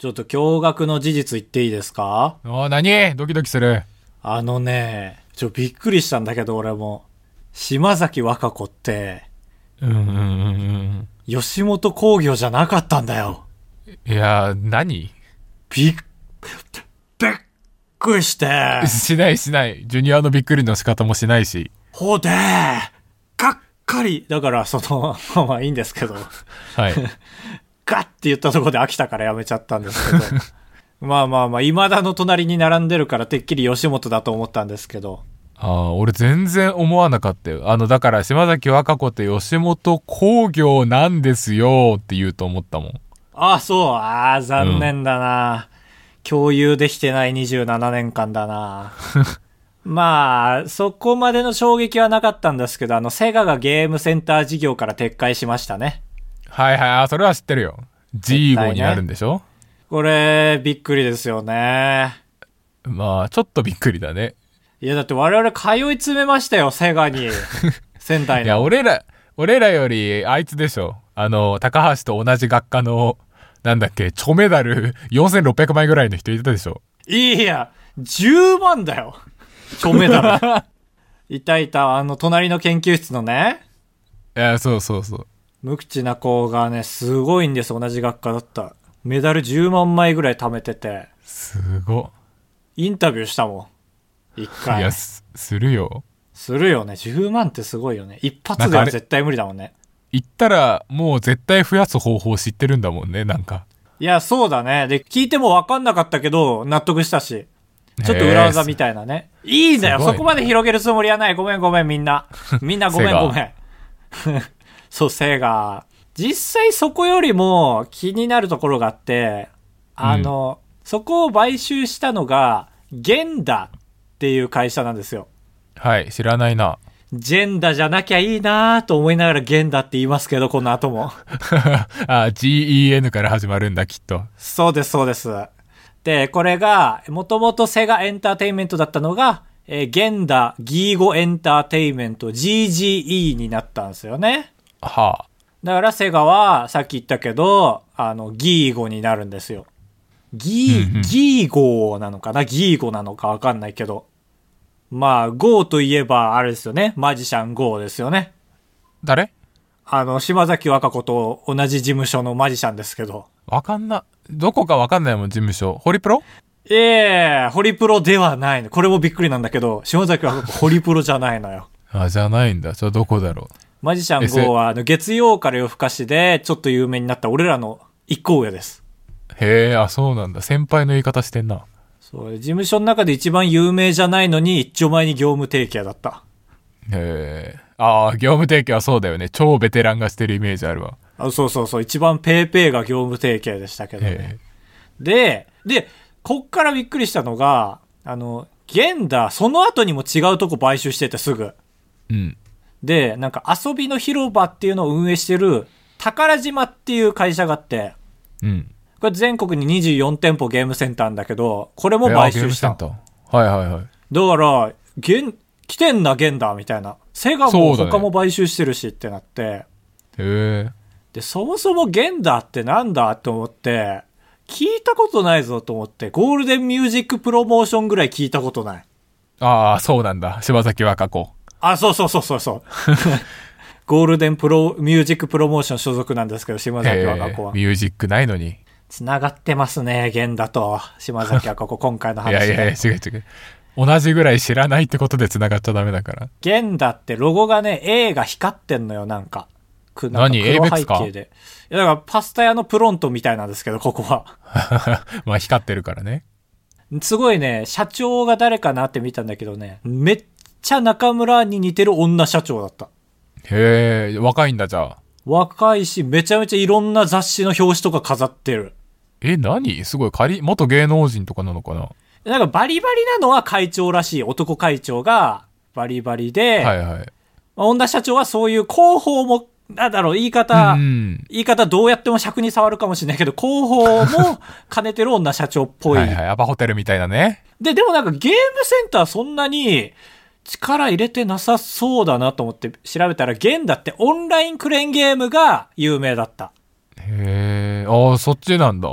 ちょっと驚愕の事実言っていいですか？ 何？ドキドキする。 びっくりしたんだけど俺も。島崎和歌子って、吉本興業じゃなかったんだよ。 いや、何？ びっくりして。 しない。ジュニアのびっくりの仕方もしないし。 ほでがっかり。だからまあいいんですけど。 はい。 ガッって言ったところで飽きたからやめちゃったんですけど。まあ、今田の隣に並んでるからてっきり吉本だと思ったんですけど。 俺全然思わなかったよ。だから島崎和歌子って吉本興業なんですよって言うと思ったもん。 そう。残念だな。共有できてない27年間だな。まあ、そこまでの衝撃はなかったんですけど、セガがゲームセンター事業から撤回しましたね。 はい。それは知ってるよ。G5 になるんでしょ？ これ、びっくりですよね。 まあ、ちょっとびっくりだね。 いや、だって我々通い詰めましたよ、セガに。仙台の。 いや、俺らより、あいつでしょ。高橋と同じ学科の、著メダル4600枚ぐらいの人いたでしょ。 いや、10万だよ。著メダル。いた、隣の研究室のね。 いや、そう。 無口な子がね、すごいんです、同じ学科だった。メダル10万枚ぐらい貯めてて。 すご。 インタビューしたもん。一回。 いや、するよ。 するよね。10万ってすごいよね。一発では絶対無理だもんね。 言ったら、もう絶対増やす方法知ってるんだもんね、 いや、そうだね。で、聞いても分かんなかったけど、納得したし。ちょっと裏技みたいなね。いいんだよ。そこまで広げるつもりはない。ごめん、みんな。みんなごめん。そう、セガ。実際そこよりも気になるところがあって、そこを買収したのが、ゲンダっていう会社なんですよ。 はい、知らないな。 ジェンダじゃなきゃいいなと思いながらゲンダって言いますけど、この後も。 GEN から始まるんだ、きっと。 そうです。で、これが、もともとセガエンターテインメントだったのが、ゲンダギーゴエンターテインメント GGE になったんですよね。 はあ。 だからセガは、さっき言ったけど、ギーゴになるんですよ。ギーゴなのかなギーゴなのかわかんないけど。まあ、ゴーといえば、あれですよね。マジシャンゴーですよね。 誰？ 島崎和歌子と同じ事務所のマジシャンですけど。 わかんな。どこかわかんないもん、事務所。ホリプロ？ ホリプロではないの。これもびっくりなんだけど、島崎和歌子ホリプロじゃないのよ。 じゃないんだ。どこだろう。 マジシャンゴーは、月曜から夜更かしで、ちょっと有名になった俺らの一個上です。 へえ、そうなんだ。先輩の言い方してんな。 そう、事務所の中で一番有名じゃないのに、一丁前に業務提携だった。 へえ。業務提携はそうだよね。超ベテランがしてるイメージあるわ。 そう。一番ペーペーが業務提携でしたけどね。で、こっからびっくりしたのが、ゲンダ、その後にも違うとこ買収しててすぐ。 うん。 で、遊びの広場っていうのを運営してる、宝島っていう会社があって、 うん。 これ全国に24店舗ゲームセンターなんだけど、これも買収した。 ゲームセンター。はい。 だから、来てんな、ゲンダーみたいな。セガも他も買収してるしってなって。 へえ。 で、そもそもゲンダーってなんだって思って、聞いたことないぞと思って、ゴールデンミュージックプロモーションぐらい聞いたことない。 そうなんだ。柴崎和歌子。 そう。ゴールデンミュージックプロモーション所属なんですけど、島崎和歌子は。 ミュージックないのに。 繋がってますね、ゲンダと島崎和歌子、今回の話。 いや、違う。同じぐらい知らないってことで繋がっちゃダメだから。 ゲンダってロゴがね、A が光ってんのよ、なんか黒背景で。いや、だからパスタ屋のプロントみたいなんですけど、ここは。 まあ光ってるからね。 すごいね、社長が誰かなって見たんだけどね、めっちゃ中村に似てる女社長だった。 へえ、若いんだじゃあ。 若いし、めちゃめちゃいろんな雑誌の表紙とか飾ってる。 何すごい元芸能人とかなのかな。 なんかバリバリなのは会長らしい。男会長がバリバリで、 はい。 女社長はそういう広報も、言い方どうやっても尺に触るかもしれないけど、広報も兼ねてる女社長っぽい。 はい。アパホテルみたいなね。 でもなんかゲームセンターそんなに力入れてなさそうだなと思って調べたら、ゲンダってオンラインクレーンゲームが有名だった。 へえ、そっちなんだ。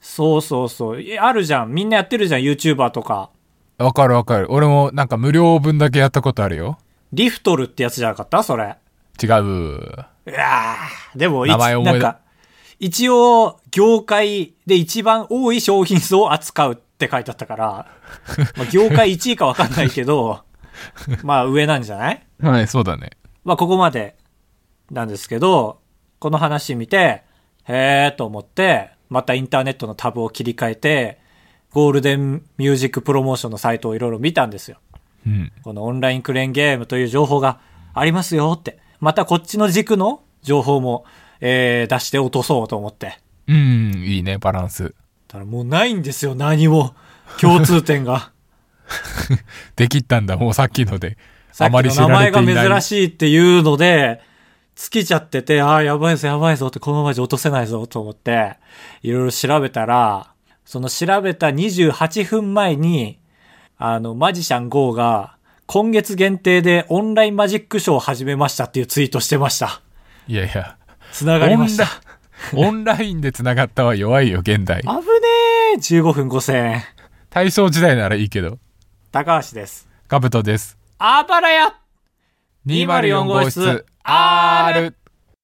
そうそうそう。あるじゃん。みんなやってるじゃん。YouTuber とか。 わかるわかる。俺もなんか無料分だけやったことあるよ。 リフトルってやつじゃなかったそれ。 違う。 いやー、でも名前思い出なんか、一応、業界で一番多い商品数を扱うって書いてあったから、まあ、業界1位かわかんないけど、まあ上なんじゃない？ はい、そうだね。 まあここまでなんですけど、この話見て、へーと思って、またインターネットのタブを切り替えて、ゴールデンミュージックプロモーションのサイトをいろいろ見たんですよ。 うん。 このオンラインクレーンゲームという情報がありますよって。またこっちの軸の情報も、出して落とそうと思って。 いいね、バランス。 ただもうないんですよ、何も。共通点が。 できったんだ、もうさっきので。 さっきのあまり知ら名前れていない。 が珍しいっていうので、尽きちゃってて、ああ、やばいぞやばいぞって、このままじゃ落とせないぞと思って、いろいろ調べたら、その調べた28分前に、マジシャン GO が、今月限定でオンラインマジックショーを始めましたっていうツイートしてました。 いやいや。 繋がりました。 オンラインで繋がったは弱いよ、現代。 危ねえ !15 分5000円。 大正時代ならいいけど。 高橋です。 カブトです。 あばらや 204号室 R。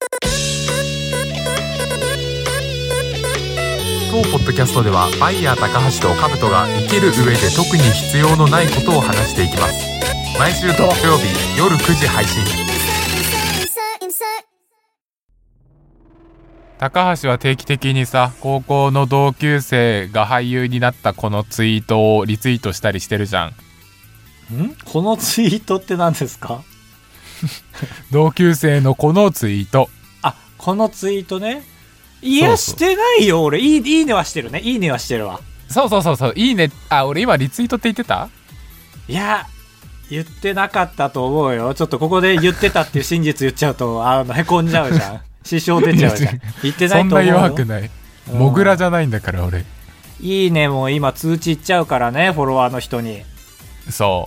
当ポッドキャストではバイヤー高橋とカブトが生きる上で特に必要のないことを話していきます。毎週土曜日夜9時配信。高橋は定期的にさ、高校の同級生が俳優になったこのツイートをリツイートしたりしてるじゃん。 このツイートって何ですか？ 同級生のこのツイート。 あ、このツイートね。いや、してないよ、俺。いいねはしてるね。いいねはしてるわ。 そう。いいね。あ、俺今リツイートって言ってた？ いや、言ってなかったと思うよ。ちょっとここで言ってたっていう真実言っちゃうと、へこんじゃうじゃん。支障出ちゃうじゃん。言ってないと思うよ。 そんな弱くない。モグラじゃないんだから俺。 いいねも今通知いっちゃうからね、フォロワーの人に。 そう。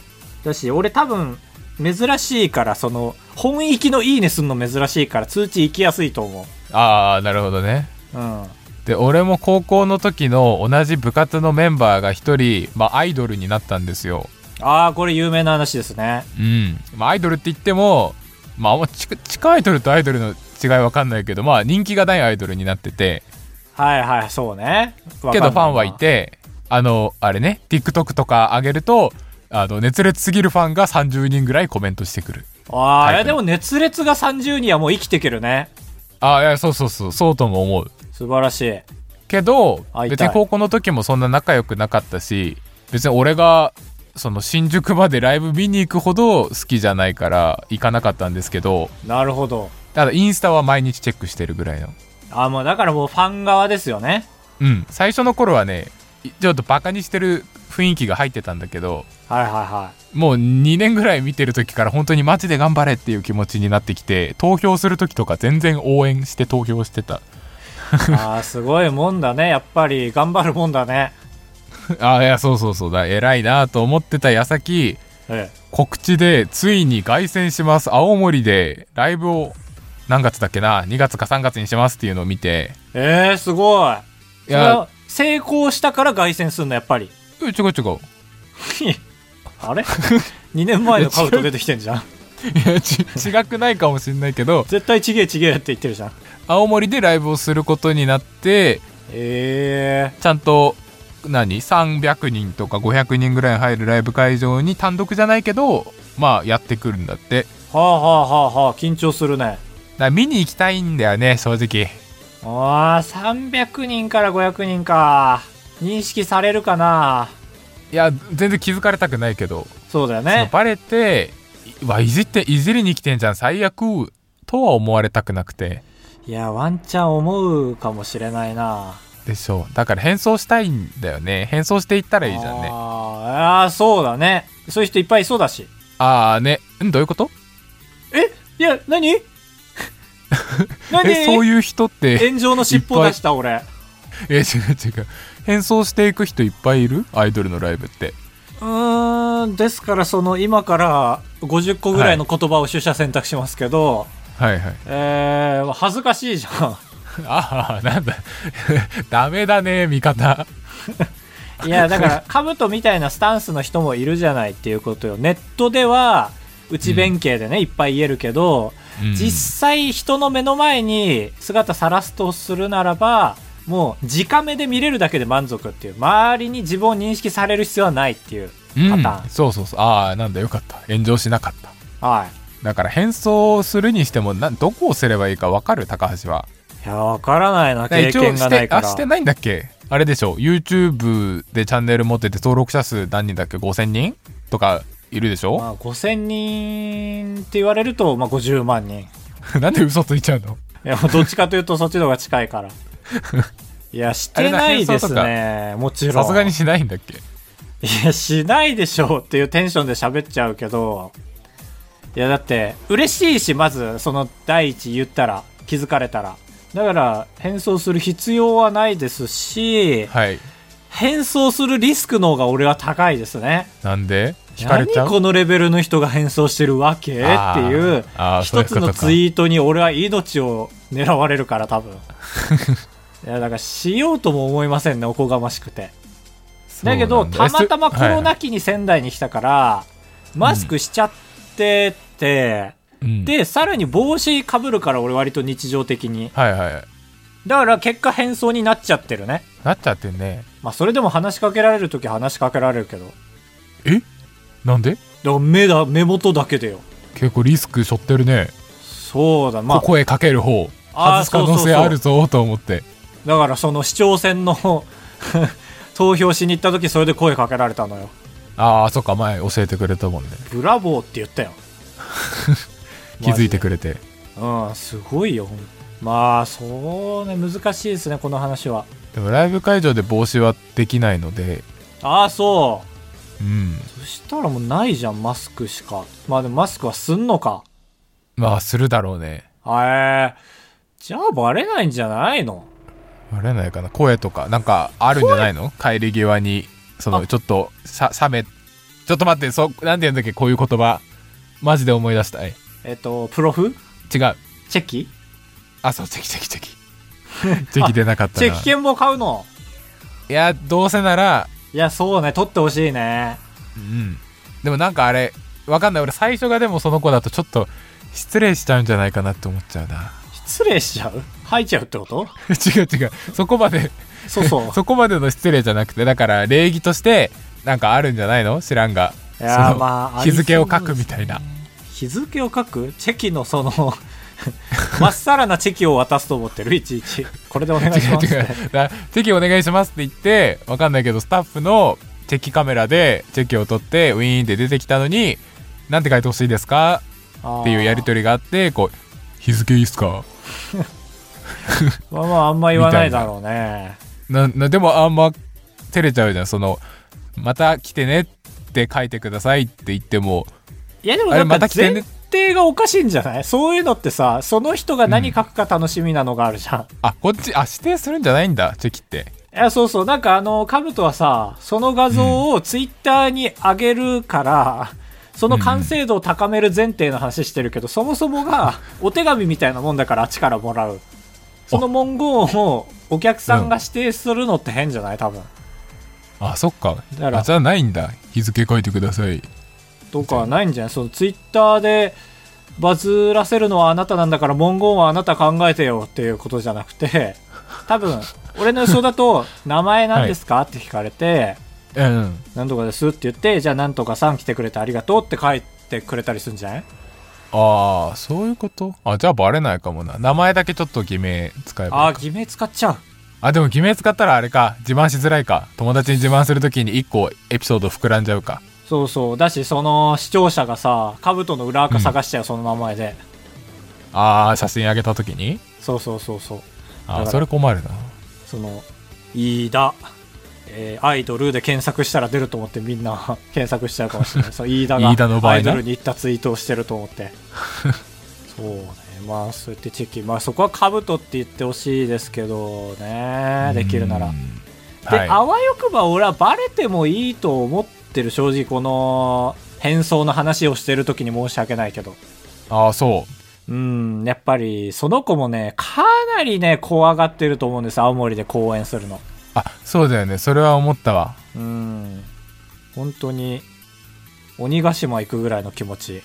だし、俺多分、珍しいから、本域のいいねすんの珍しいから通知行きやすいと思う。 ああ、なるほどね。で、俺も高校の時の同じ部活のメンバーが一人、アイドルになったんですよ。 ああ、これ有名な話ですね。 アイドルって言っても、地下アイドルとアイドルの違いわかんないけど、人気がないアイドルになってて。 はいはい、そうね。 けどファンはいて、あれね、TikTok とか上げると、熱烈すぎるファンが30人ぐらいコメントしてくる。 ああ、いやでも熱烈が30人はもう生きてけるね。 ああ、いや、そうとも思う。 素晴らしい。 けど、別に高校の時もそんな仲良くなかったし、別に俺が、新宿までライブ見に行くほど好きじゃないから行かなかったんですけど。 なるほど。 ただインスタは毎日チェックしてるぐらいの。 あ、もうだからもうファン側ですよね。 最初の頃はね、ちょっとバカにしてる雰囲気が入ってたんだけど、もう2年ぐらい見てる時から本当にマジで頑張れっていう気持ちになってきて、投票する時とか全然応援して投票してた。 あー、すごいもんだね。やっぱり頑張るもんだね。 あ、いや、そうだ、偉いなと思ってた矢先、告知でついに凱旋します、青森でライブを何月だっけな、2月か3月にしますっていうのを見て、 すごい。 いや、 成功したから凱旋すんの、やっぱり。 違うあれ2年前のカウト出てきてんじゃん。 いや、違くないかもしんないけど、 絶対ちげえって言ってるじゃん。 青森でライブをすることになって、ちゃんと300人とか500人ぐらい入るライブ会場に単独じゃないけどやってくるんだって。 緊張するね。 だ見に行きたいんだよね、正直。 300人から500人か。認識されるかな。 いや、全然気づかれたくないけど。 そうだよね。 バレて、いじりに来てんじゃん最悪とは思われたくなくて。 いや、ワンチャン思うかもしれないな。 でしょ。だから変装したいんだよね。変装していったらいいじゃんね。 そうだね。そういう人いっぱいいそうだし。 どういうこと？ いや、何そういう人って炎上の尻尾出した俺。 違う。変装していく人いっぱいいる？アイドルのライブって。 ですから今から50個ぐらいの言葉を取捨選択しますけど、恥ずかしいじゃん。 ああ、なんだダメだね見方いやだから兜みたいなスタンスの人もいるじゃないっていうことよ。ネットでは内弁慶でね、いっぱい言えるけど、実際人の目の前に姿晒すとするならば、もう直目で見れるだけで満足っていう、周りに自分を認識される必要はないっていうパターン、 そうそうそう。ああ、なんだよかった、炎上しなかった。 はい。 だから変装するにしてもどこをすればいいか分かる？高橋は。 いや分からないな、経験がないから。 してないんだっけ？あれでしょ、 YouTube でチャンネル持ってて登録者数何人だっけ、5000人とかいるでしょ。 まあ、5000人って言われると、まあ、50万人なんで嘘ついちゃうの？ いやどっちかというとそっちの方が近いからいやしてないですね。もちろんさすがにしないんだっけ？ いやしないでしょうっていうテンションで喋っちゃうけど、いやだって嬉しいし、まずその第一言ったら気づかれたら、だから変装する必要はないですし、 はい、 変装するリスクの方が俺は高いですね。 なんで？惹かれちゃう？ 何このレベルの人が変装してるわけっていう一つのツイートに俺は命を狙われるから多分いやだからしようとも思いませんね、おこがましくて。だけどたまたまコロナ期に仙台に来たから、マスクしちゃってて、でさらに帽子かぶるから俺割と日常的に、 はいはい、 だから結果変装になっちゃってるね。 なっちゃってんね。 まあそれでも話しかけられるとき話しかけられるけど。 え、なんで？ だから目元だけでよ。 結構リスク背負ってるね。 そうだ、まあ声かける方外す可能性あるぞと思って。 だからその市長選の投票しに行った時それで声かけられたのよ。 ああ、そっか、前教えてくれたもんね。 ブラボーって言ったよ気づいてくれて。 すごいよ。まあそうね、難しいですねこの話は。 でもライブ会場で帽子はできないので。 ああそう、 そしたらもうないじゃん、マスクしか。まあでもマスクはすんのか。 まあするだろうね。 じゃあバレないんじゃないの？ バレないかな。声とかなんかあるんじゃないの？帰り際にそのちょっとちょっと待って、なんて言うんだっけ、こういう言葉マジで思い出したい。 プロフ？違う、 チェキ？ そう、チェキ出なかったな。 チェキ券も買うの？ いや、どうせなら。 いやそうね、取ってほしいね。 でもなんかあれわかんない、俺最初がでもその子だとちょっと失礼しちゃうんじゃないかなって思っちゃうな。 失礼しちゃう？吐いちゃうってこと？ 違うそこまでそうそこまでの失礼じゃなくて、だから礼儀としてなんかあるんじゃないの？知らんが。 いや、まあ日付を書くみたいな。 日付を書く？チェキのそのまっさらなチェキを渡すと思ってる？いちいちこれでお願いしますって。 チェキお願いしますって言って、わかんないけどスタッフのチェキカメラでチェキを撮ってウィーンって出てきたのに、なんて書いてほしいですかっていうやり取りがあって、こう日付いいっすかまああんま言わないだろうね。 でもあんま照れちゃうじゃん。そのまた来てねって書いてくださいって言っても、 いやでもなんか前提がおかしいんじゃない？そういうのってさ、その人が何書くか楽しみなのがあるじゃん。 こっち指定するんじゃないんだ、チェキって。 いやそう、なんかカブトはさ、その画像をツイッターに上げるから、その完成度を高める前提の話してるけど、そもそもがお手紙みたいなもんだから、あっちからもらうその文言をお客さんが指定するのって変じゃない？多分。 そっか。じゃあないんだ、日付書いてくださいとかはないんじゃない？そのツイッターでバズらせるのはあなたなんだから文言はあなた考えてよっていうことじゃなくて、多分俺の予想だと名前なんですか、って聞かれて、なんとかですって言って、じゃあなんとかさん来てくれてありがとうって書いてくれたりするんじゃない？ そういうこと？じゃあバレないかもな。名前だけちょっと偽名使えばいいか。 偽名使っちゃう。 でも偽名使ったらあれか、自慢しづらいか。友達に自慢するときに1個エピソード膨らんじゃうか。 そうだし、その視聴者がさ、兜の裏垢探しちゃう、その名前で。 写真あげたときに。 そうそれ困るな。 その飯田、アイドルで検索したら出ると思ってみんな検索しちゃうかもしれない。そう、飯田がアイドルに行ったツイートをしてると思ってそうね、まあそうやってチェキ、まあそこは兜って言ってほしいですけどね、できるなら。で、あわよくば俺はバレてもいいと思ってる、正直。この変装の話をしてる時に申し訳ないけど。 そやっぱり、その子もね、かなりね、怖がってると思うんです、青森で公演するの。 あ、そうだよね。それは思ったわ。 本当に、鬼ヶ島行くぐらいの気持ち。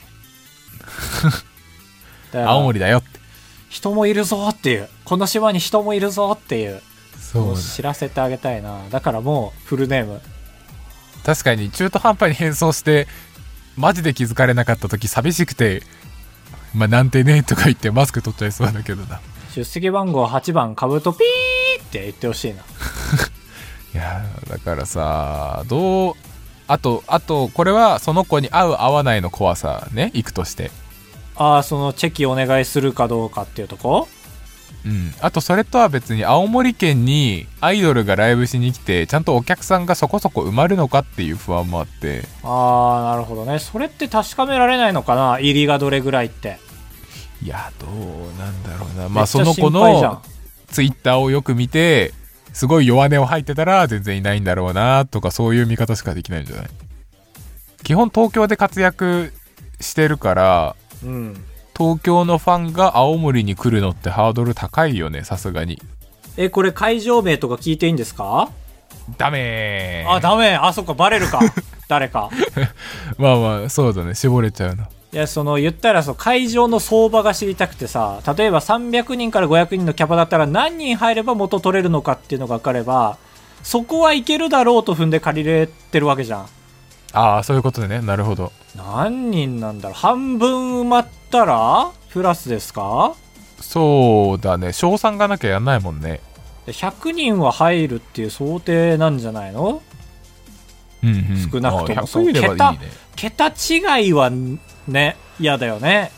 青森だよって。 人もいるぞっていう。この島に人もいるぞっていう。 そう知らせてあげたいな。だからもう、フルネーム。 確かに、中途半端に変装して、マジで気づかれなかった時寂しくて、なんてねとか言ってマスク取っちゃいそうだけどな。 出席番号8番かぶとピーって言ってほしいな。いやだからさ、あとこれはその子に合う合わないの怖さね、行くとして、 そのチェキお願いするかどうかっていうとこ。 あとそれとは別に青森県にアイドルがライブしに来てちゃんとお客さんがそこそこ埋まるのかっていう不安もあって。 なるほどね。それって確かめられないのかな、入りがどれぐらいって。 いやどうなんだろうな。その子のツイッターをよく見てすごい弱音を吐いてたら全然いないんだろうなとか、そういう見方しかできないんじゃない。基本東京で活躍してるから、東京のファンが青森に来るのってハードル高いよね、さすがに。 これ会場名とか聞いていいんですか？ ダメー。ダメ。そっか、バレるか。誰か。 そうだね、絞れちゃうな。 いや、言ったら会場の相場が知りたくてさ、例えば300人から500人のキャパだったら何人入れば元取れるのかっていうのが分かれば、そこはいけるだろうと踏んで借りれてるわけじゃん。 そういうことでね。なるほど。 何人なんだろう。半分埋まったらプラスですか？ そうだね。賞賛がなきゃやんないもんね。 100人は入るっていう想定なんじゃないの？少なくとも 100いればいいね。 桁違いはね、嫌だよね。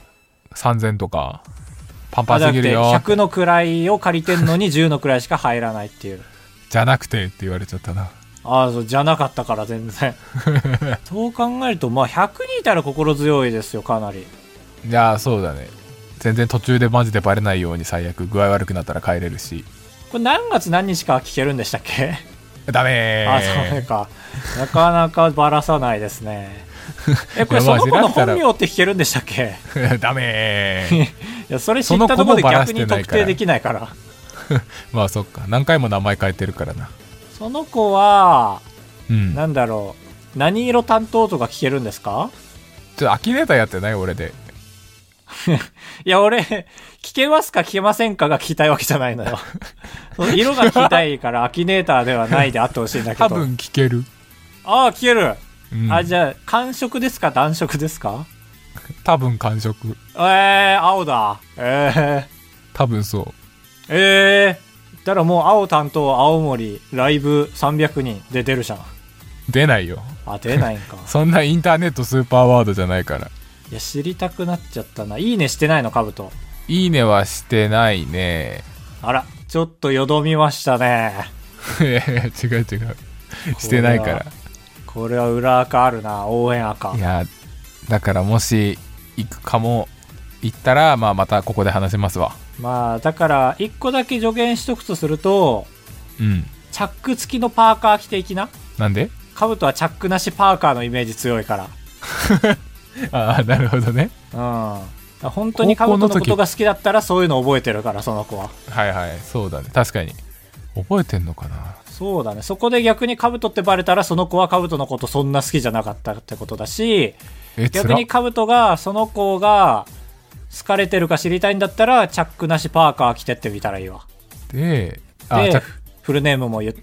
3000とかパンパンすぎるよ。 100の位を借りてんのに10の位しか入らないっていう。 じゃなくてって言われちゃったな。 そうじゃなかったから全然。そう考えると100人いたら心強いですよ、かなり。 いやそうだね。全然途中でマジでバレないように、最悪具合悪くなったら帰れるし。 これ何月何日か聞けるんでしたっけ？ ダメー。 そうか。なかなかばらさないですね。これその子の本名って聞けるんでしたっけ？ ダメー。 いや、それ知ったところで逆に特定できないから。 そっか。何回も名前変えてるからな。 その子は、なんだろう、何色担当とか聞けるんですか？ ちょっとアキネーターやってない？俺で。 いや、俺、聞けますか聞けませんかが聞きたいわけじゃないのよ。色が聞きたいからアキネーターではないであってほしいんだけど。 多分聞ける。 聞ける。じゃあ、寒色ですか暖色ですか？ 多分寒色。 青だ。 多分そう。 だからもう青担当青森ライブ300人で出るじゃん。 出ないよ。 出ないんか。 そんなインターネットスーパーワードじゃないから。 いや、知りたくなっちゃったな。いいねしてないの、カブト。 いいねはしてないね。 ちょっとよどみましたね。 違う。してないから。 これは裏垢あるな、応援垢。 いや、だからもし行くかも、行ったら、またここで話せますわ。 だから1個だけ助言しとくとすると、チャック付きのパーカー着ていきな。 なんで？ カブトはチャックなしパーカーのイメージ強いから。 なるほどね。 本当にカブトのことが好きだったらそういうの覚えてるから、その子は。 そうだね。確かに覚えてんのかな。 そうだね。そこで逆にカブトってバレたら、その子はカブトのことそんな好きじゃなかったってことだし、逆にカブトがその子が好かれてるか知りたいんだったら、チャックなしパーカー着てってみたらいいわ。 でフルネームも言って、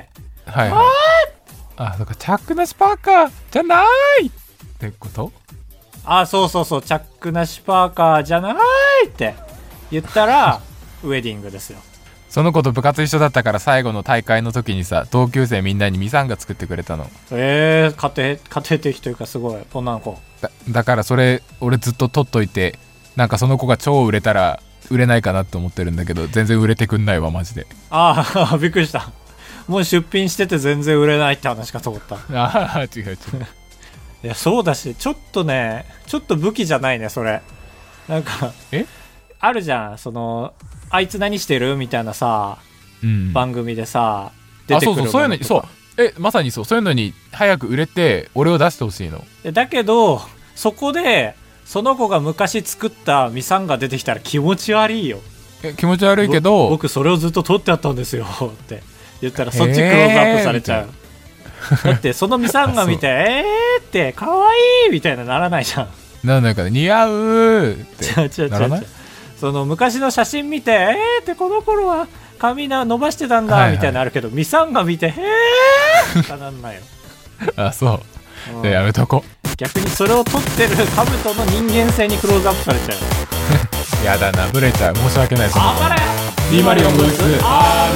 そうか、チャックなしパーカーじゃないってこと？ そう、チャックなしパーカーじゃないって言ったらウェディングですよ。 その子と部活一緒だったから、最後の大会の時にさ、同級生みんなにミサンガ作ってくれたの。 家庭的というか、すごい女の子だからそれ俺ずっと取っといて、なんかその子が超売れたら売れないかなって思ってるんだけど、全然売れてくんないわマジで。 びっくりした。もう出品してて全然売れないって話かと思った。 違ういや、そうだし、ちょっと武器じゃないね、それ。なんかあるじゃん、あいつ何してるみたいなさ、番組でさ出てくるものとか。そういうのに、 まさにそういうのに早く売れて俺を出してほしいの。 だけどそこでその子が昔作ったミサンが出てきたら気持ち悪いよ。 気持ち悪いけど僕それをずっと撮ってあったんですよって言ったらそっちクローズアップされちゃう。だってそのミサンが見てってかわいいみたいなならないじゃん。 なんだか似合うってならない？ その昔の写真見てってこの頃は髪伸ばしてたんだみたいなのあるけど、ミサンが見てかなんないよ。 あ、そう。じゃあやめとこ。 逆にそれを撮ってるカブトの人間性にクローズアップされちゃう。 やだな、ブレちゃう。申し訳ない。その頑張れ D マリオンボイス R。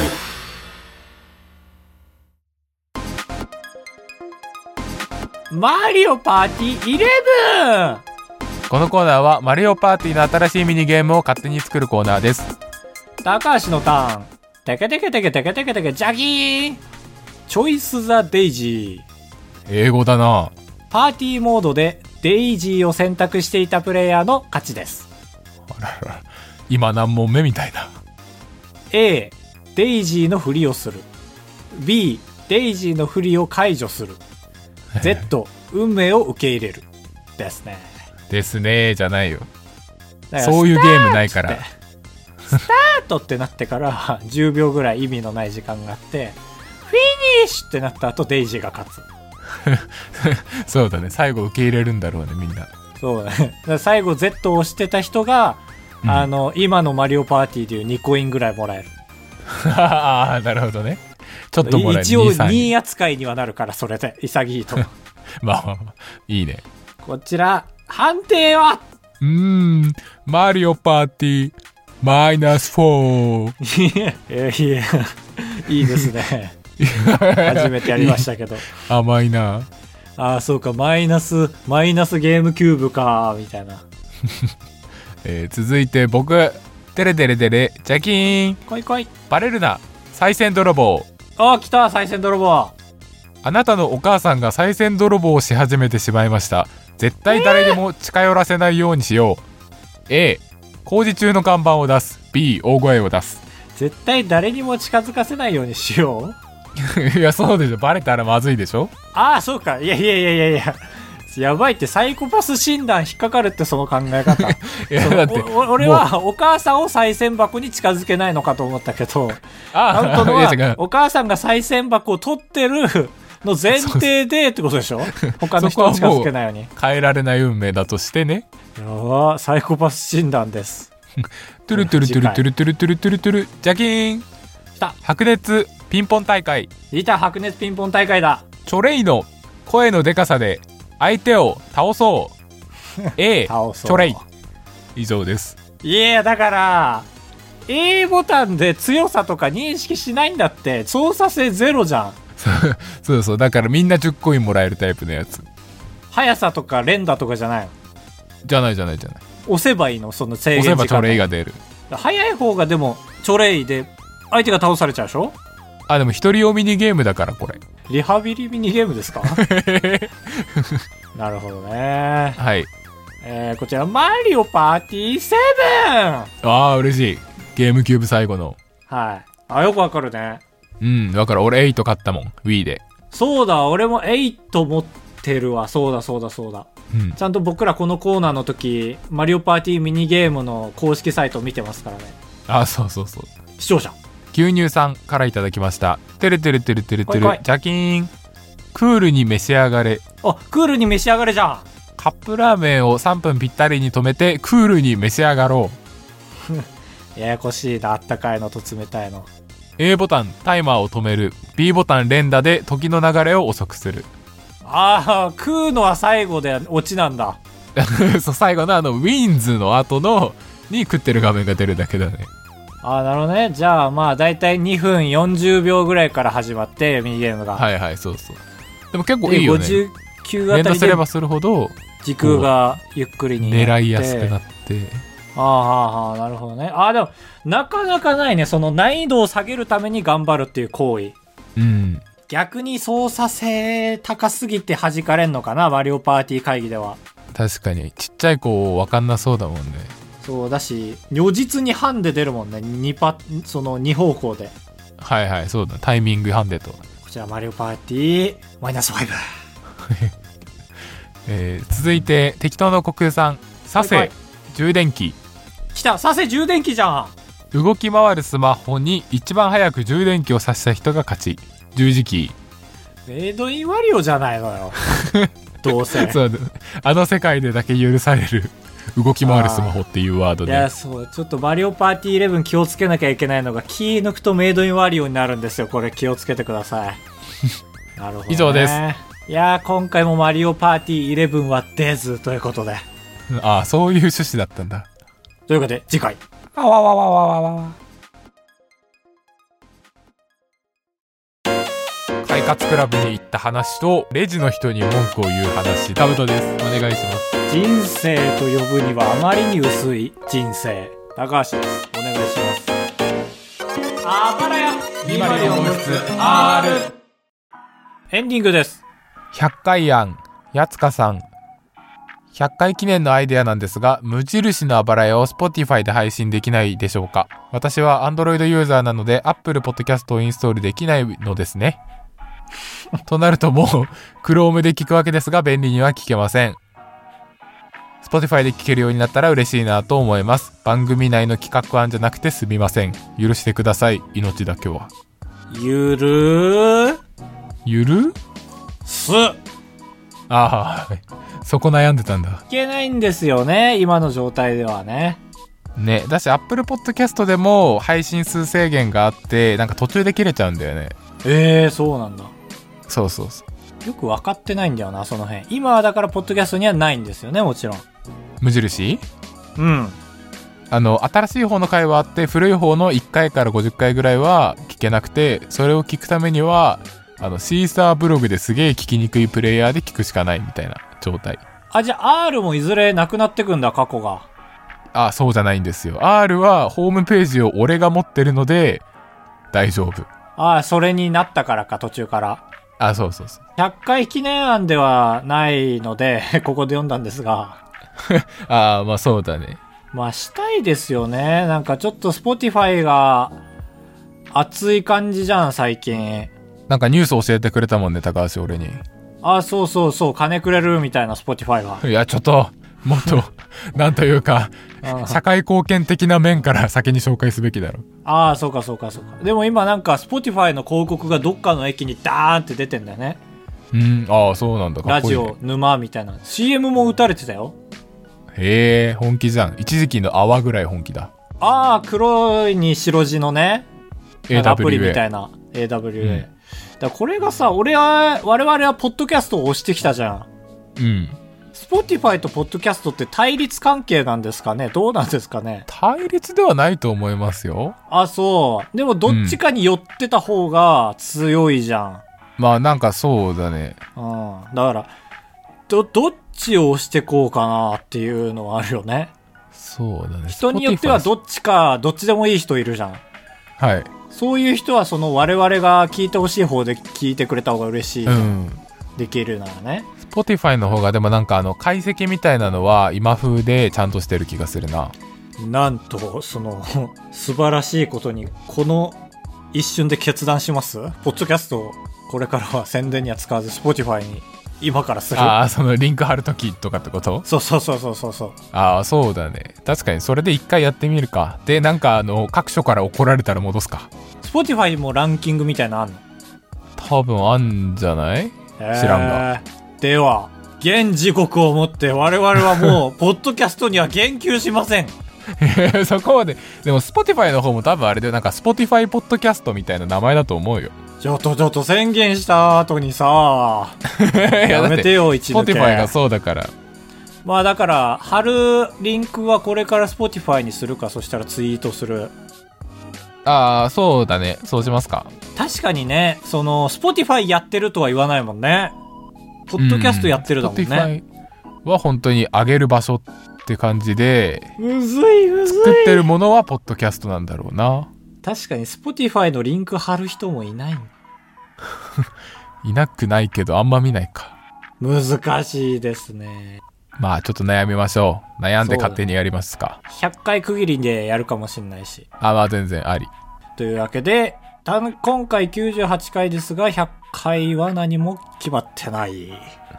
マリオパーティー11。 このコーナーはマリオパーティーの新しいミニゲームを勝手に作るコーナーです。 高橋のターン。テケテケテケテケテケテケジャギーン。チョイスザデイジー。 英語だな。 パーティーモードでデイジーを選択していたプレイヤーの勝ちです。 あらら、今何問目みたいな。 A、デイジーのふりをする。 B、デイジーのふりを解除する。Z、運命を受け入れるですね。 ですねじゃないよ。そういうゲームないから。 スタートってなってから10秒ぐらい意味のない時間があって、フィニッシュってなった後デイジーが勝つ。 そうだね、最後受け入れるんだろうね、みんな。 そうだね。だ最後 Z を押してた人が、今のマリオパーティーでいう2コインぐらいもらえる。 ああ、なるほどね。ちょっともらえる。 一応2位扱いにはなるから、それで潔いと。 まあいいね。 こちら判定はマリオパーティーマイナス4。 いいですね。初めてやりましたけど。 甘いな。 ああ、そうか、マイナスゲームキューブかみたいな。 続いて僕、テレテレテレジャキーン。 来い来い。 バレるな、賽銭泥棒。 ああ、来た、賽銭泥棒。 あなたのお母さんが賽銭泥棒をし始めてしまいました。絶対誰でも近寄らせないようにしよう。A、工事中の看板を出す。 B、大声を出す。 絶対誰にも近づかせないようにしよう。いや、そうでしょ。バレたらまずいでしょ。 ああ、そうか。いややばいって、サイコパス診断引っかかるって、その考え方。いやだって俺はお母さんを賽銭箱に近づけないのかと思ったけど、本当はお母さんが賽銭箱を取ってるの前提でってことでしょ。他の人を近づけないように。 変えられない運命だとしてね。 やば、サイコパス診断です。 トゥルトゥルトゥルトゥルトゥルトゥルトゥルトゥルジャキーン。 来た。 白熱ピンポン大会。 いた、白熱ピンポン大会だ。 チョレイの声のデカさで相手を倒そう。A チョレイ。以上です。 いや、だから A ボタンで強さとか認識しないんだって。操作性ゼロじゃん。 そうそう、だからみんな10コインもらえるタイプのやつ。 速さとか連打とかじゃないの？ じゃない。 押せばいいの、その制限時間。 押せばチョレイが出る。 速い方がでもチョレイで相手が倒されちゃうでしょ。 あ、でも一人用ミニゲームだからこれ。 リハビリミニゲームですか？なるほどね。 はい。 こちらマリオパーティー7。 ああ、嬉しい。ゲームキューブ最後の。 はい。あ、よくわかるね。 だから俺8買ったもん、 Wii で。 そうだ、俺も8持ってるわ。そうだ、ちゃんと僕らこのコーナーの時マリオパーティーミニゲームの公式サイト見てますからね。 あ、そう視聴者牛乳さんからいただきました。てるてるてるてるてるジャキーン。クールに召し上がれ。 あ、クールに召し上がれじゃん。 カップラーメンを3分ぴったりに止めてクールに召し上がろう。ややこしいな、あったかいのと冷たいの。 A ボタンタイマーを止める。 B ボタン連打で時の流れを遅くする。 ああ、食うのは最後でオチなんだ。 そう、最後のウィンズの後のに食ってる画面が出るだけだね。 ああ、なるほどね。じゃあまあだいたい2分40秒ぐらいから始まってミニゲームが。 はい、そう。でも結構いいよね。 59あたりで連打すればするほど時空がゆっくりに狙いやすくなって。 なるほどね。でもなかなかないね、その難易度を下げるために頑張るっていう行為。逆に操作性高すぎて弾かれんのかな、マリオパーティー会議では。 確かにちっちゃい子分かんなそうだもんね。 そうだし、如実にハンデ出るもんね。その2方向で。 はい、そうだ。タイミングハンデと。 こちらマリオパーティーマイナス5。 続いて適当の虚空さん。 サセ充電器。 来た、サセ充電器じゃん。 動き回るスマホに一番早く充電器を挿した人が勝ち。十字キー。メイドインワリオじゃないのよ。どうせ。 そう、あの世界でだけ許される動き回るスマホっていうワードで。 いや、そう、ちょっとマリオパーティー11気をつけなきゃいけないのが、キー抜くとメイドインワリオになるんですよ。これ気をつけてください。なるほど、ね。 以上です。 いや、今回もマリオパーティー11は出ずということで。 ああ、そういう趣旨だったんだ。 ということで、次回。あわわわわわわわ。 快活クラブに行った話とレジの人に文句を言う話。タブトです。お願いします。 人生と呼ぶにはあまりに薄い人生。高橋です。お願いします。あばらや204号室 R。エンディングです。 100回案、やつかさん。100回記念のアイデアなんですが、無印のあばらやを Spotify で配信できないでしょうか。私は Android ユーザーなので Apple Podcast をインストールできないのですね。となるともう Chrome で聞くわけですが、便利には聞けません。Spotify で聞けるようになったら嬉しいなと思います。番組内の企画案じゃなくてすみません。許してください。命だけは。 ゆるす。 ああ、そこ悩んでたんだ。 いけないんですよね、今の状態ではね。 ね、だし Apple Podcast でも配信数制限があって、なんか途中で切れちゃうんだよね。 そうなんだ。 そうそうそう。 よく分かってないんだよな、その辺。今はだからポッドキャストにはないんですよね、もちろん。 無印？ うん。 新しい方の回はあって、古い方の1回から50回ぐらいは聞けなくて、それを聞くためにはシーサーブログですげえ聞きにくいプレイヤーで聞くしかないみたいな状態。 じゃあ R もいずれなくなってくんだ、過去が。 そうじゃないんですよ。R はホームページを俺が持ってるので大丈夫。 それになったからか、途中から。 そうそうそう。 100回記念案ではないのでここで読んだんですがまあそうだね。 まあしたいですよね。なんかちょっと Spotify が熱い感じじゃん、最近。 なんかニュース教えてくれたもんね、高橋俺に。 そうそうそう、金くれるみたいな Spotify が。 いや、ちょっと、もっと、なんというか、社会貢献的な面から先に紹介すべきだろ。 そうかそうかそうか。でも今なんか Spotify の広告がどっかの駅にダーンって出てんだよね。 そうなんだ。 かっこいいね。ラジオ沼みたいな CM も打たれてたよ。 へえ、本気じゃん。一時期の泡ぐらい本気だ。 黒いに白地のね、アプリみたいな AWA、だこれがさ、我々はポッドキャストを押してきたじゃん。 うん。 Spotify とポッドキャストって対立関係なんですかね。どうなんですかね。 対立ではないと思いますよ。 そう。でもどっちかに寄ってた方が強いじゃん。 まあなんかそうだね。 だからどっちを押してこうかなっていうのはあるよね。 そうだね。 人によってはどっちでもいい人いるじゃん。 はい。 そういう人はその我々が聞いてほしい方で聞いてくれた方が嬉しい、できるならね。 Spotify の方がでもなんか解析みたいなのは今風でちゃんとしてる気がするな。 なんとその素晴らしいことにこの一瞬で決断します。ポッドキャストこれからは宣伝には使わず Spotify に今からする。 そのリンク貼るときとかってこと？ そう。 そうだね。確かにそれで一回やってみるか。でなんか各所から怒られたら戻すか。 Spotify もランキングみたいなのあんの？ 多分あんじゃない？知らんが。 では現時刻をもって我々はもうポッドキャストには言及しません。 そこまで。でも Spotify の方も多分あれでなんか Spotify ポッドキャストみたいな名前だと思うよ。 ちょっと宣言した後にさやめてよ、一抜け。 Spotify がそうだから。 まあだから貼るリンクはこれから Spotify にするか、そしたらツイートする。 そうだね。そうしますか。 確かにね、その Spotify やってるとは言わないもんね。ポッドキャストやってるだもんね。 Spotify は本当に上げる場所って感じで、 むずい作ってるものはポッドキャストなんだろうな。 確かに Spotify のリンク貼る人もいないいなくないけどあんま見ないか。 難しいですね。 まあちょっと悩みましょう。悩んで勝手にやりますか。 100回区切りでやるかもしんないし。 まあ全然あり。 というわけで今回98回ですが100回は何も決まってない。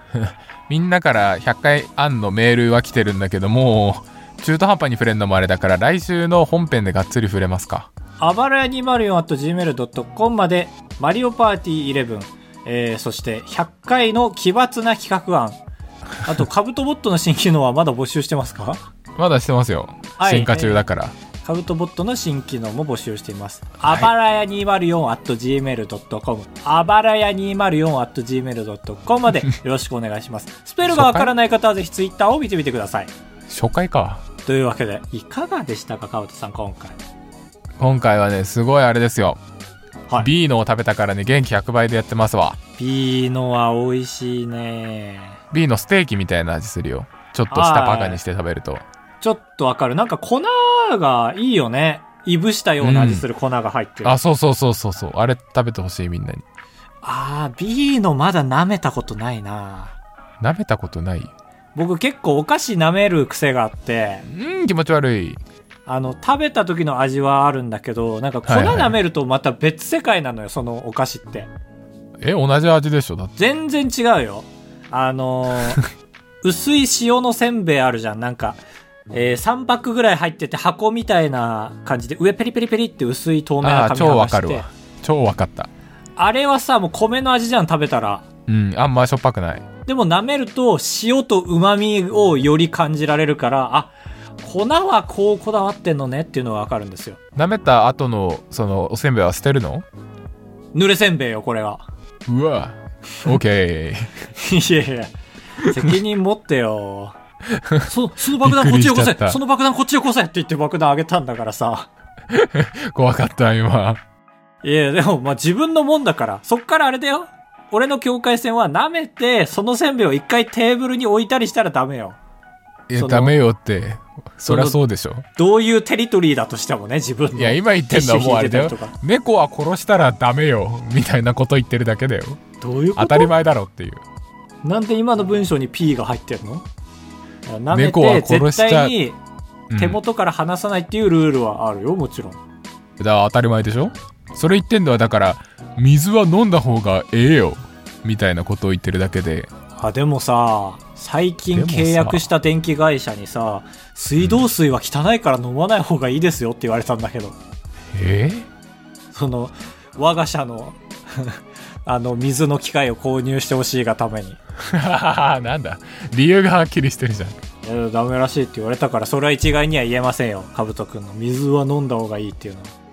みんなから100回案のメールは来てるんだけども、中途半端に触れるのもあれだから、来週の本編でがっつり触れますか。 あばらや 204@gmail.com まで、マリオパーティー11、そして100回の奇抜な企画案、あとカブトボットの新機能はまだ募集してますか？ まだしてますよ、はい、進化中だから、 カブトボットの新機能も募集しています。あばらや 204@gmail.com、 あばらや 204@gmail.com までよろしくお願いします。スペルがわからない方はぜひツイッターを見てみてください。 初回か。 というわけでいかがでしたか、カブトさん。 今回はね、すごいあれですよ、はい、B のを食べたからね、元気100倍でやってますわ。 B のは美味しいね。 B のステーキみたいな味するよ、ちょっとしたバカにして食べると。 ちょっとわかる。なんか粉がいいよね。いぶしたような味する粉が入ってる、 あ、そうあれ食べてほしい、みんなに。 B のまだ舐めたことないな。 舐めたことない？ 僕結構お菓子舐める癖があって、 気持ち悪い。 食べた時の味はあるんだけど、なんか粉舐めるとまた別世界なのよ、そのお菓子って。 同じ味でしょだって。 全然違うよ。薄い塩のせんべいあるじゃん。なんか、3パックぐらい入ってて箱みたいな感じで、上ペリペリペリって薄い透明な紙超わかるわ。超わかった。 あれはさ、もう米の味じゃん、食べたら。 あんましょっぱくない。 でも舐めると塩と旨味をより感じられるから、粉はこうこだわってんのねっていうのがわかるんですよ。 舐めた後のそのおせんべいは捨てるの？ 濡れせんべいよ、これは。 うわ、オッケー。いや責任持ってよ。その爆弾こっちよこせ、その爆弾こっちよこせって言って爆弾あげたんだからさ。 怖かった今。 いやでも自分のもんだから。そっからあれだよ、俺の境界線は舐めてそのせんべいを一回テーブルに置いたりしたらダメよ。 いやダメよって、そりゃそうでしょ。 どういうテリトリーだとしてもね、自分の。 いや今言ってんのはもうあれだよ、猫は殺したらダメよみたいなこと言ってるだけだよ。 どういうこと？ 当たり前だろっていう。 なんで今の文章に P が入ってんの？舐めて絶対に手元から離さないっていうルールはあるよ、もちろん。だから当たり前でしょ。それ言ってんのはだから水は飲んだ方がええよみたいなことを言ってるだけで。 でもさ、最近契約した電気会社にさ、水道水は汚いから飲まない方がいいですよって言われたんだけど。その我が社の水の機械を購入してほしいがために。 なんだ、理由がはっきりしてるじゃん。 ダメらしいって言われたから、それは一概には言えませんよ、カブトくんの。水は飲んだ方がいいっていうのは。